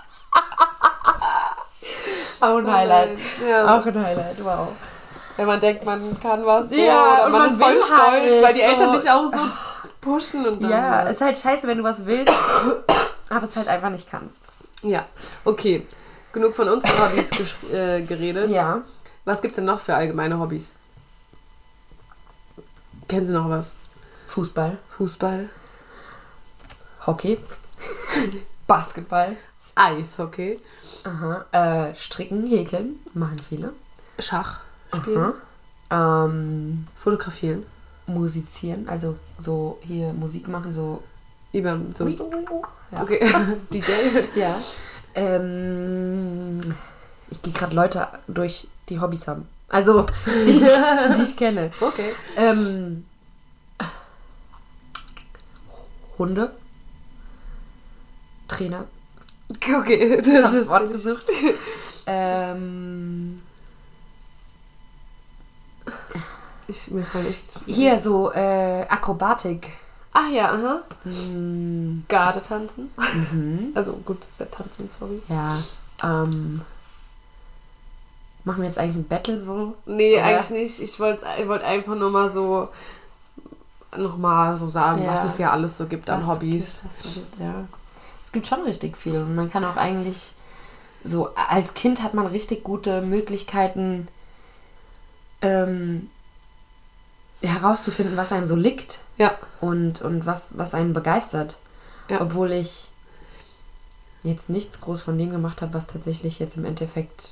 Auch ein Highlight. Ja. Auch ein Highlight, wow. Wenn man denkt, man kann was, ja, oder man ist voll stolz, halt weil die Eltern dich auch so pushen. Und dann, ja, es ist halt scheiße, wenn du was willst, aber es halt einfach nicht kannst. Ja, okay. Genug von unseren Hobbys geredet. Ja. Was gibt's denn noch für allgemeine Hobbys? Kennen Sie noch was? Fußball. Hockey. Basketball. Eishockey. Aha. Stricken, häkeln. Machen viele. Schach spielen. Fotografieren. Musizieren. Also so hier Musik machen, so. Ja. Okay. DJ. Ja. Ich gehe gerade Leute durch, die Hobbys haben. Also, die ich kenne. Okay. Hunde. Trainer. Okay, das ist Wort gesucht. Mir fällt nicht. Hier so Akrobatik. Ach ja, aha. Gardetanzen. Also gut, das ist ja Tanzen, sorry. Ja. Machen wir jetzt eigentlich ein Battle so? Nee, oder? Eigentlich nicht. Ich wollte einfach nur mal so sagen, was es ja alles so gibt an Hobbys. Es gibt schon richtig viel. Und man kann auch eigentlich so, als Kind hat man richtig gute Möglichkeiten, herauszufinden, was einem so liegt. Ja. Und was einen begeistert. Ja. Obwohl ich jetzt nichts groß von dem gemacht habe, was tatsächlich jetzt im Endeffekt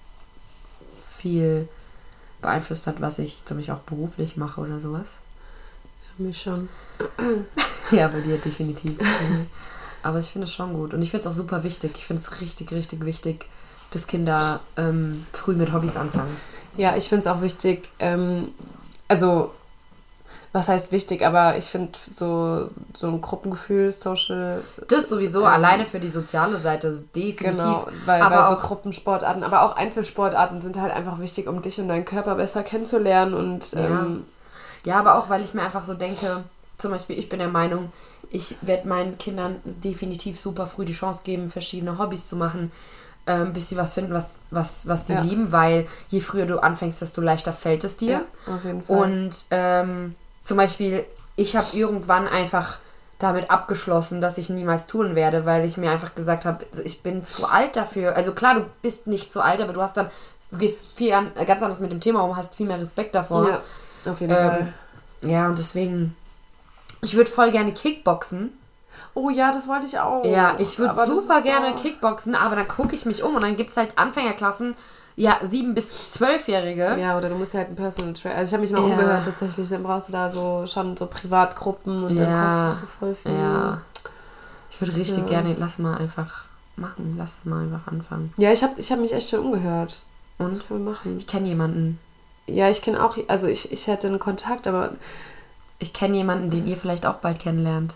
viel beeinflusst hat, was ich zum Beispiel auch beruflich mache oder sowas. Ja, mich schon. Ja, bei dir definitiv. Aber ich finde es schon gut. Und ich finde es auch super wichtig. Ich finde es richtig, richtig wichtig, dass Kinder früh mit Hobbys anfangen. Ja, ich finde es auch wichtig, also was heißt wichtig, aber ich finde so ein Gruppengefühl, Social... Das sowieso, alleine für die soziale Seite definitiv. Genau, weil so Gruppensportarten, aber auch Einzelsportarten sind halt einfach wichtig, um dich und deinen Körper besser kennenzulernen. Und ja, aber auch, weil ich mir einfach so denke, zum Beispiel, ich bin der Meinung, ich werde meinen Kindern definitiv super früh die Chance geben, verschiedene Hobbys zu machen, bis sie was finden, was sie lieben, weil je früher du anfängst, desto leichter fällt es dir. Ja, auf jeden Fall. Und zum Beispiel, ich habe irgendwann einfach damit abgeschlossen, dass ich niemals tun werde, weil ich mir einfach gesagt habe, ich bin zu alt dafür. Also klar, du bist nicht zu alt, aber du gehst ganz anders mit dem Thema um, hast viel mehr Respekt davor. Ja, auf jeden Fall. Ja, und deswegen, ich würde voll gerne Kickboxen. Oh ja, das wollte ich auch. Ja, ich würde super gerne Kickboxen, aber dann gucke ich mich um und dann gibt es halt Anfängerklassen, 7- bis 12-Jährige. Ja, oder du musst halt einen Personal Trainer. Also ich habe mich mal umgehört tatsächlich, dann brauchst du da schon so Privatgruppen und dann kostet das so voll viel. Ja. Ich würde richtig gerne, lass es mal einfach anfangen. Ja, ich hab mich echt schon umgehört. Und? Was können wir machen? Ich kenne jemanden. Ja, ich kenne auch, also ich hätte einen Kontakt, aber... Ich kenne jemanden, den ihr vielleicht auch bald kennenlernt.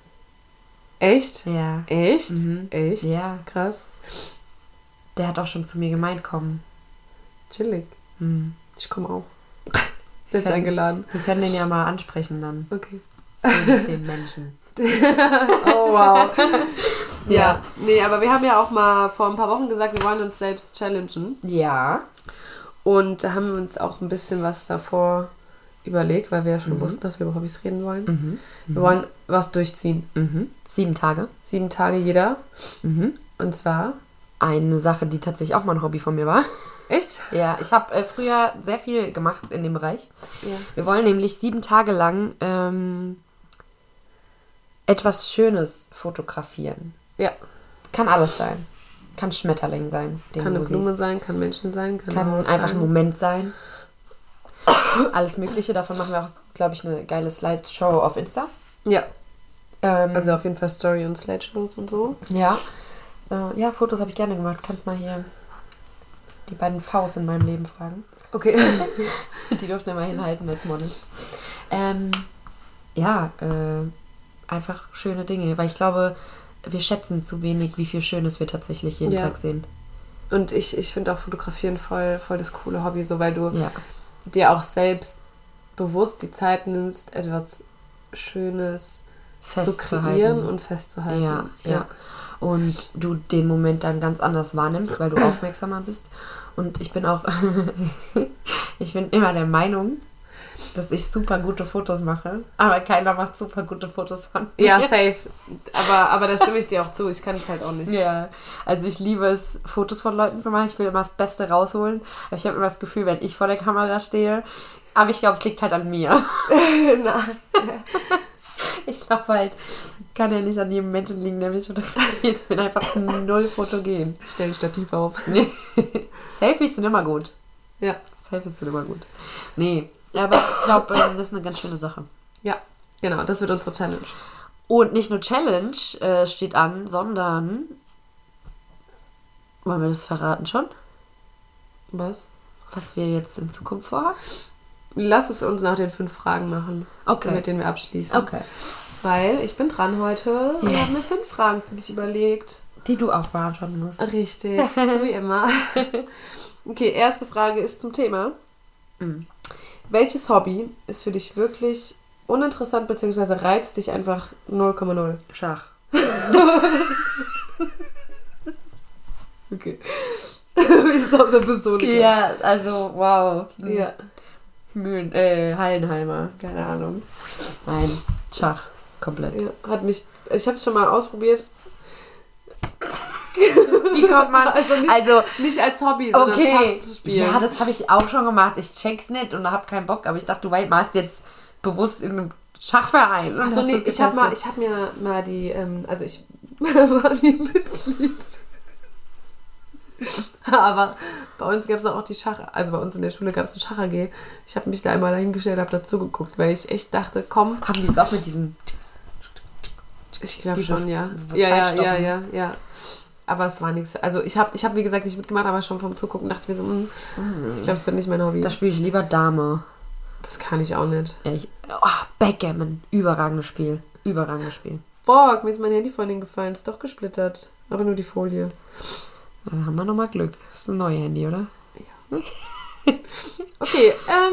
Echt? Ja. Echt? Mhm. Echt? Ja. Krass. Der hat auch schon zu mir gemeint, komm. Chillig. Mhm. Ich komme auch. Selbst eingeladen. Wir können den ja mal ansprechen dann. Okay. Den Menschen. Oh, wow. Ja. Nee, aber wir haben ja auch mal vor ein paar Wochen gesagt, wir wollen uns selbst challengen. Ja. Und da haben wir uns auch ein bisschen was davor überlegt, weil wir ja schon wussten, dass wir über Hobbys reden wollen. Mhm. Wir wollen was durchziehen. 7 Tage. 7 Tage jeder. Und zwar... Eine Sache, die tatsächlich auch mal ein Hobby von mir war. Echt? Ja, ich habe früher sehr viel gemacht in dem Bereich. Ja. Wir wollen nämlich 7 Tage lang etwas Schönes fotografieren. Ja. Kann alles sein. Kann Schmetterling sein. Kann eine Blume sein, kann Menschen sein. Kann einfach ein Moment sein. Alles Mögliche. Davon machen wir auch, glaube ich, eine geile Slideshow auf Insta. Ja. Also auf jeden Fall Story und Slideshows und so. Ja. Ja, Fotos habe ich gerne gemacht. Kannst mal hier die beiden Vs in meinem Leben fragen. Okay. Die durften immer hinhalten als Models. Einfach schöne Dinge. Weil ich glaube, wir schätzen zu wenig, wie viel Schönes wir tatsächlich jeden Tag sehen. Und ich finde auch Fotografieren voll das coole Hobby, so weil du dir auch selbst bewusst die Zeit nimmst, etwas Schönes zu kreieren und festzuhalten. Ja. Und du den Moment dann ganz anders wahrnimmst, weil du aufmerksamer bist. Und ich bin auch, ich bin immer der Meinung, dass ich super gute Fotos mache, aber keiner macht super gute Fotos von mir. Ja, safe. Aber da stimme ich dir auch zu, ich kann es halt auch nicht. Ja, also ich liebe es, Fotos von Leuten zu machen. Ich will immer das Beste rausholen. Aber ich habe immer das Gefühl, wenn ich vor der Kamera stehe, aber ich glaube, es liegt halt an mir. Ich glaube halt, kann ja nicht an jedem Menschen liegen, der mich fotografiert. Ich bin einfach null fotogen. Ich stelle ein Stativ auf. Selfies sind immer gut. Ja. Selfies sind immer gut. Nee, aber ich glaube, das ist eine ganz schöne Sache. Ja, genau, das wird unsere Challenge. Und nicht nur Challenge steht an, sondern... Wollen wir das verraten schon? Was? Was wir jetzt in Zukunft vorhaben? Lass es uns nach den 5 Fragen machen. Okay. Mit denen wir abschließen. Okay. Weil ich bin dran heute und habe mir 5 Fragen für dich überlegt. Die du auch beantworten musst. Richtig, so wie immer. Okay, erste Frage ist zum Thema. Welches Hobby ist für dich wirklich uninteressant bzw. reizt dich einfach 0,0? Schach. Okay. Wie ist aus der Pistole? Ja, also, wow. Ja. Hallenheimer, keine Ahnung. Nein, Schach, komplett. Ja, ich habe es schon mal ausprobiert. Wie kommt man, also nicht als Hobby, sondern Schach zu spielen. Ja, das habe ich auch schon gemacht. Ich check's nicht und habe keinen Bock, aber ich dachte, du machst jetzt bewusst irgendeinen Schachverein. Achso, nee, ich hab mir mal die, also ich war nie Mitglied. Aber bei uns gab es auch die also bei uns in der Schule gab es eine Schach AG. Ich habe mich da einmal dahingestellt, habe dazu geguckt, weil ich echt dachte, komm. Haben die das auch mit diesem... Ich glaube schon, ja. Ja. Aber es war nichts. Also ich hab wie gesagt nicht mitgemacht, aber schon vom Zugucken dachte ich mir so, ich glaube, es wird nicht mein Hobby. Da spiele ich lieber Dame. Das kann ich auch nicht. Ja, Backgammon. Überragendes Spiel. Boah, mir ist mein Handy vorhin gefallen. Ist doch gesplittert. Aber nur die Folie. Dann haben wir nochmal Glück. Das ist ein neues Handy, oder? Ja. Okay,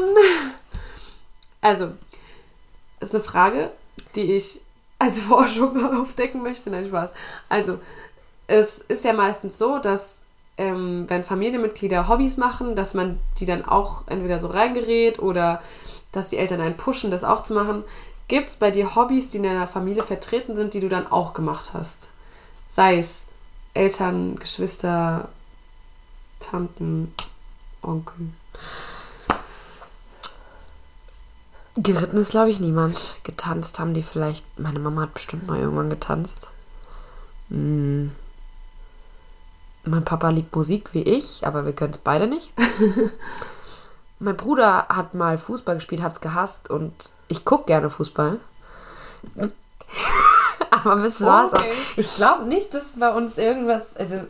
also, ist eine Frage, die ich als Forschung aufdecken möchte. Nein, Spaß. Also, es ist ja meistens so, dass wenn Familienmitglieder Hobbys machen, dass man die dann auch entweder so reingerät oder dass die Eltern einen pushen, das auch zu machen. Gibt es bei dir Hobbys, die in deiner Familie vertreten sind, die du dann auch gemacht hast? Sei es Eltern, Geschwister, Tanten, Onkel. Geritten ist, glaube ich, niemand. Getanzt haben die vielleicht. Meine Mama hat bestimmt mal irgendwann getanzt. Mein Papa liebt Musik wie ich, aber wir können es beide nicht. Mein Bruder hat mal Fußball gespielt, hat es gehasst und ich gucke gerne Fußball. Aber bis war's auch. Ich glaube nicht, dass bei uns irgendwas... Also...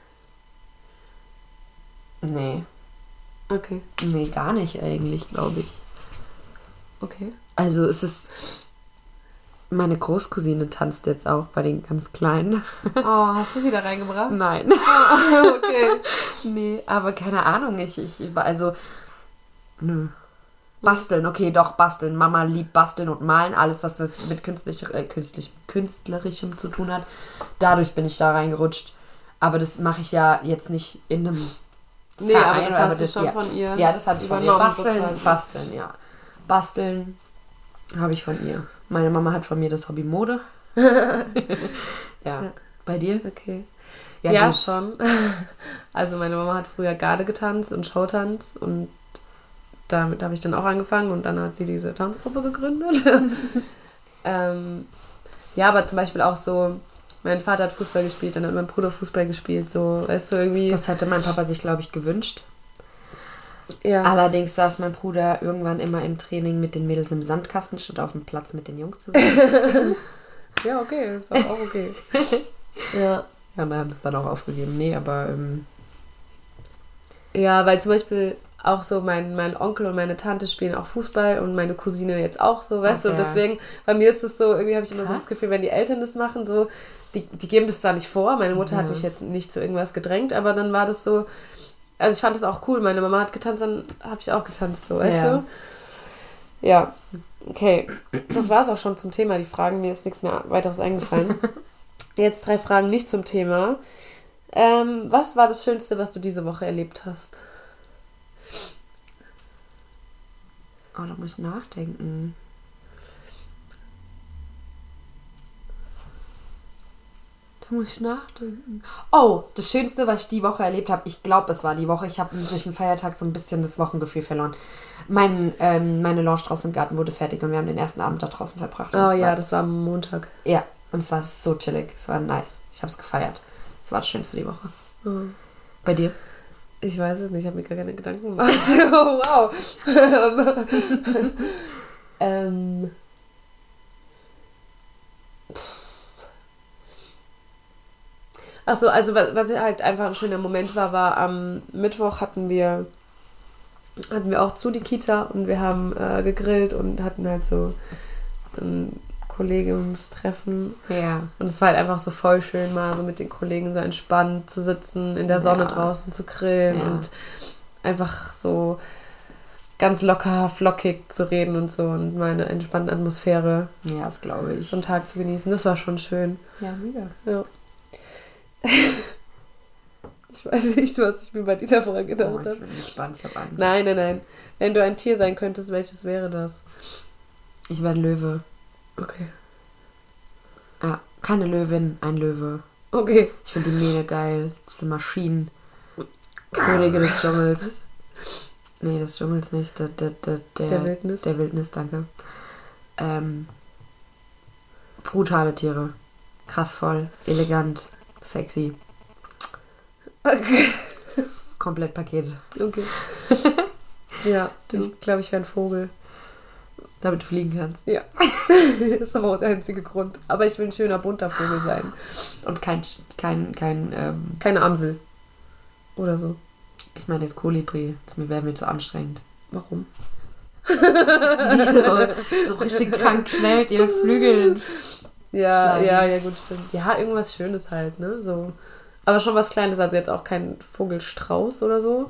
Nee. Okay. Nee, gar nicht eigentlich, glaube ich. Okay. Also es ist... Meine Großcousine tanzt jetzt auch bei den ganz Kleinen. Oh, hast du sie da reingebracht? Nein. Oh, okay. Nee, aber keine Ahnung. Also... Nö. Basteln, okay, doch, basteln. Mama liebt basteln und malen, alles, was mit künstlerischem zu tun hat. Dadurch bin ich da reingerutscht. Aber das mache ich ja jetzt nicht in einem Nee, Verein, aber das hast du schon von ihr. Ja, das habe ich von ihr. Basteln, ja. Basteln habe ich von ihr. Meine Mama hat von mir das Hobby Mode. Ja. Bei dir? Okay. Ja schon. Also meine Mama hat früher Garde getanzt und Showtanz und damit habe ich dann auch angefangen und dann hat sie diese Tanzgruppe gegründet. Ja, aber zum Beispiel auch so, mein Vater hat Fußball gespielt, dann hat mein Bruder Fußball gespielt, so, weißt du, irgendwie... Das hätte mein Papa sich, glaube ich, gewünscht. Ja. Allerdings saß mein Bruder irgendwann immer im Training mit den Mädels im Sandkasten, statt auf dem Platz mit den Jungs zu sein. Ja, okay, ist auch okay. Ja. Ja, und er hat es dann auch aufgegeben. Nee, aber... Ja, weil zum Beispiel... Auch so mein Onkel und meine Tante spielen auch Fußball und meine Cousine jetzt auch so, weißt du? Und deswegen, bei mir ist es so, irgendwie habe ich immer so das Gefühl, wenn die Eltern das machen, so, die geben das zwar nicht vor, meine Mutter hat mich jetzt nicht zu irgendwas gedrängt, aber dann war das so, also ich fand das auch cool, meine Mama hat getanzt, dann habe ich auch getanzt, so, weißt du? Ja, okay. Das war es auch schon zum Thema, die Fragen, mir ist nichts mehr weiteres eingefallen. Jetzt 3 Fragen nicht zum Thema. Was war das Schönste, was du diese Woche erlebt hast? Oh, da muss ich nachdenken. Oh, das Schönste, was ich die Woche erlebt habe, ich glaube, es war die Woche. Ich habe durch den Feiertag so ein bisschen das Wochengefühl verloren. Meine Lounge draußen im Garten wurde fertig und wir haben den ersten Abend da draußen verbracht. Oh ja, das war am Montag. Ja, und es war so chillig. Es war nice. Ich habe es gefeiert. Es war das Schönste die Woche. Oh. Bei dir? Ich weiß es nicht, ich habe mir gar keine Gedanken gemacht. Oh, wow. Achso, also was halt einfach ein schöner Moment war am Mittwoch hatten wir auch zu die Kita und wir haben gegrillt und hatten halt so ein Kollegiumstreffen. Ja. Und es war halt einfach so voll schön, mal so mit den Kollegen so entspannt zu sitzen, in der Sonne draußen zu grillen und einfach so ganz locker, flockig zu reden und so und mal eine entspannte Atmosphäre. Ja, das glaube ich. So einen Tag zu genießen. Das war schon schön. Ja, mega. Ja. Ich weiß nicht, was ich mir bei dieser Frage gedacht habe. Ich bin gespannt, ich habe Angst. Nein. Wenn du ein Tier sein könntest, welches wäre das? Ich wäre ein Löwe. Okay. Ja, keine Löwin, ein Löwe. Okay. Ich finde die mega geil. Diese Maschinen. Könige des Dschungels. Nee, des Dschungels nicht. Der Wildnis. Der Wildnis, danke. Brutale Tiere. Kraftvoll, elegant, sexy. Okay. Komplett Paket. Okay. Ja, ich glaube, ich wäre ein Vogel. Damit du fliegen kannst. Ja. Das ist aber auch der einzige Grund. Aber ich will ein schöner, bunter Vogel sein. Und keine Amsel. Oder so. Ich meine jetzt Kolibri. Das wäre mir zu anstrengend. Warum? so richtig krank schnell mit ihren Flügeln. Ja, gut, stimmt. Ja, irgendwas Schönes halt, ne? So. Aber schon was Kleines, also jetzt auch kein Vogelstrauß oder so.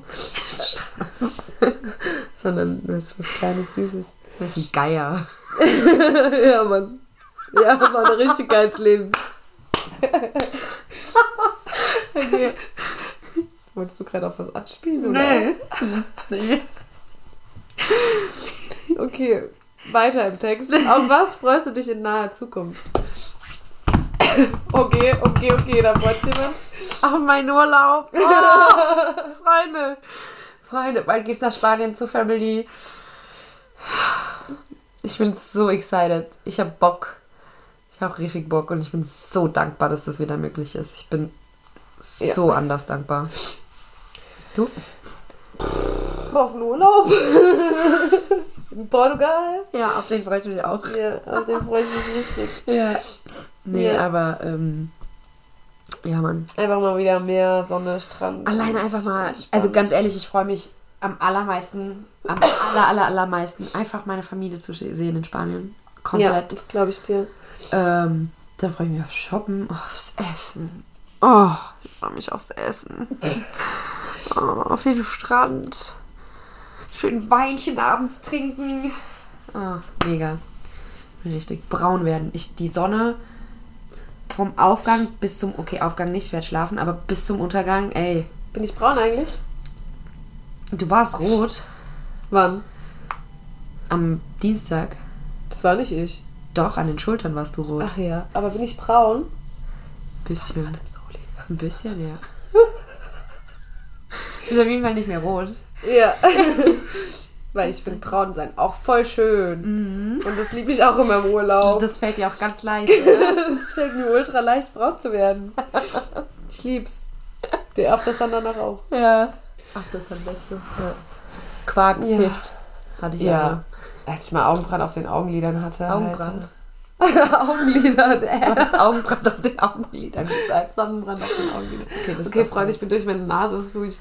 Sondern was Kleines, Süßes. Das ist ein Geier. Ja, Mann. Ja, Mann, ein richtig geiles Leben. Okay. Wolltest du gerade auf was anspielen, oder? Nee. Okay, weiter im Text. Auf was freust du dich in naher Zukunft? Okay, da freut sich jemand. Auf meinen Urlaub. Oh, Freunde, bald geht's nach Spanien zur Family. Ich bin so excited. Ich habe Bock. Ich habe richtig Bock und ich bin so dankbar, dass das wieder möglich ist. Ich bin so anders dankbar. Du? Auf den Urlaub. In Portugal. Ja, auf den freue ich mich auch. Ja, auf den freue ich mich richtig. Ja. Nee, aber ja, Mann. Einfach mal wieder Meer, Sonne, Strand. Alleine einfach mal, also ganz ehrlich, ich freue mich am allermeisten, allermeisten, einfach meine Familie zu sehen in Spanien. Komplett. Ja, das glaube ich dir. Dann freue ich mich aufs Shoppen, aufs Essen. Oh, ich freue mich aufs Essen. Auf den Strand. Schön Weinchen abends trinken. Oh, mega. Richtig braun werden. Die Sonne vom Aufgang bis zum... Okay, Aufgang nicht, ich werde schlafen, aber bis zum Untergang, ey. Bin ich braun eigentlich? Du warst rot. Wann? Am Dienstag. Das war nicht ich. Doch, an den Schultern warst du rot. Ach ja, aber bin ich braun? Bisschen. Ein bisschen, ja. Ist auf jeden Fall nicht mehr rot. Ja. Weil ich finde braun sein auch voll schön. Mhm. Und das liebe ich auch immer im Urlaub. Das fällt dir auch ganz leicht, oder? Es fällt mir ultra leicht, braun zu werden. Ich lieb's. Der Aftersun danach auch. Ja. Aftersun beste. Ja. Quark hilft. Hatte ich ja. Als ich mal Augenbrand auf den Augenlidern hatte. Augenbrand? Augenlidern. Du hast Augenbrand auf den Augenlidern gesagt. Sonnenbrand auf den Augenlidern. Okay, Freunde, ich bin durch meine Nase. Das ist so...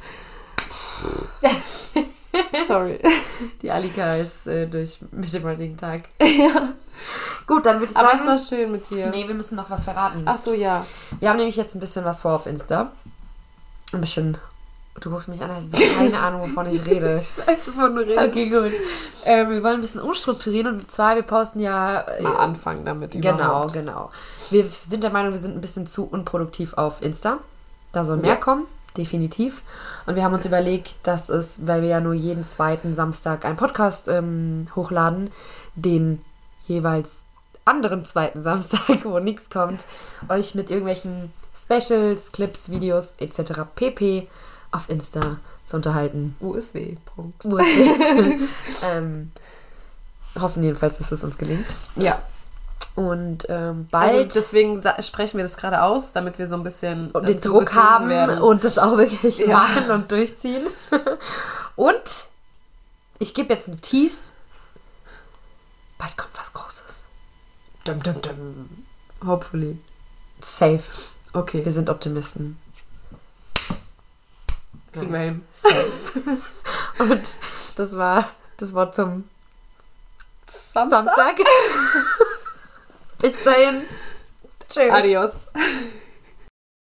Sorry. Die Alika ist durch mit dem heutigen Tag. Ja. Gut, dann würde ich sagen... Aber es war schön mit dir. Nee, wir müssen noch was verraten. Ach so, ja. Wir haben nämlich jetzt ein bisschen was vor auf Insta. Ein bisschen... Du guckst mich an, hast du keine Ahnung, wovon ich rede. Ich weiß, wovon du redest. Okay, gut. Wir wollen ein bisschen umstrukturieren und zwar, wir posten ja... Mal anfangen damit überhaupt. Genau. Wir sind der Meinung, wir sind ein bisschen zu unproduktiv auf Insta. Da soll mehr kommen, definitiv. Und wir haben uns überlegt, dass es, weil wir ja nur jeden zweiten Samstag einen Podcast hochladen, den jeweils anderen zweiten Samstag, wo nichts kommt, euch mit irgendwelchen Specials, Clips, Videos etc. pp. Auf Insta zu unterhalten. USW. Hoffen jedenfalls, dass es uns gelingt. Ja. Und bald... Also deswegen sprechen wir das gerade aus, damit wir so ein bisschen... Und den Druck haben und das auch wirklich machen und durchziehen. Und ich gebe jetzt einen Tease. Bald kommt was Großes. Dum, dum, dum. Hopefully. Safe. Okay. Wir sind Optimisten. Kriegen wir hin. Safe. Und das war das Wort zum Samstag. Bis dahin. Tschüss. Adios.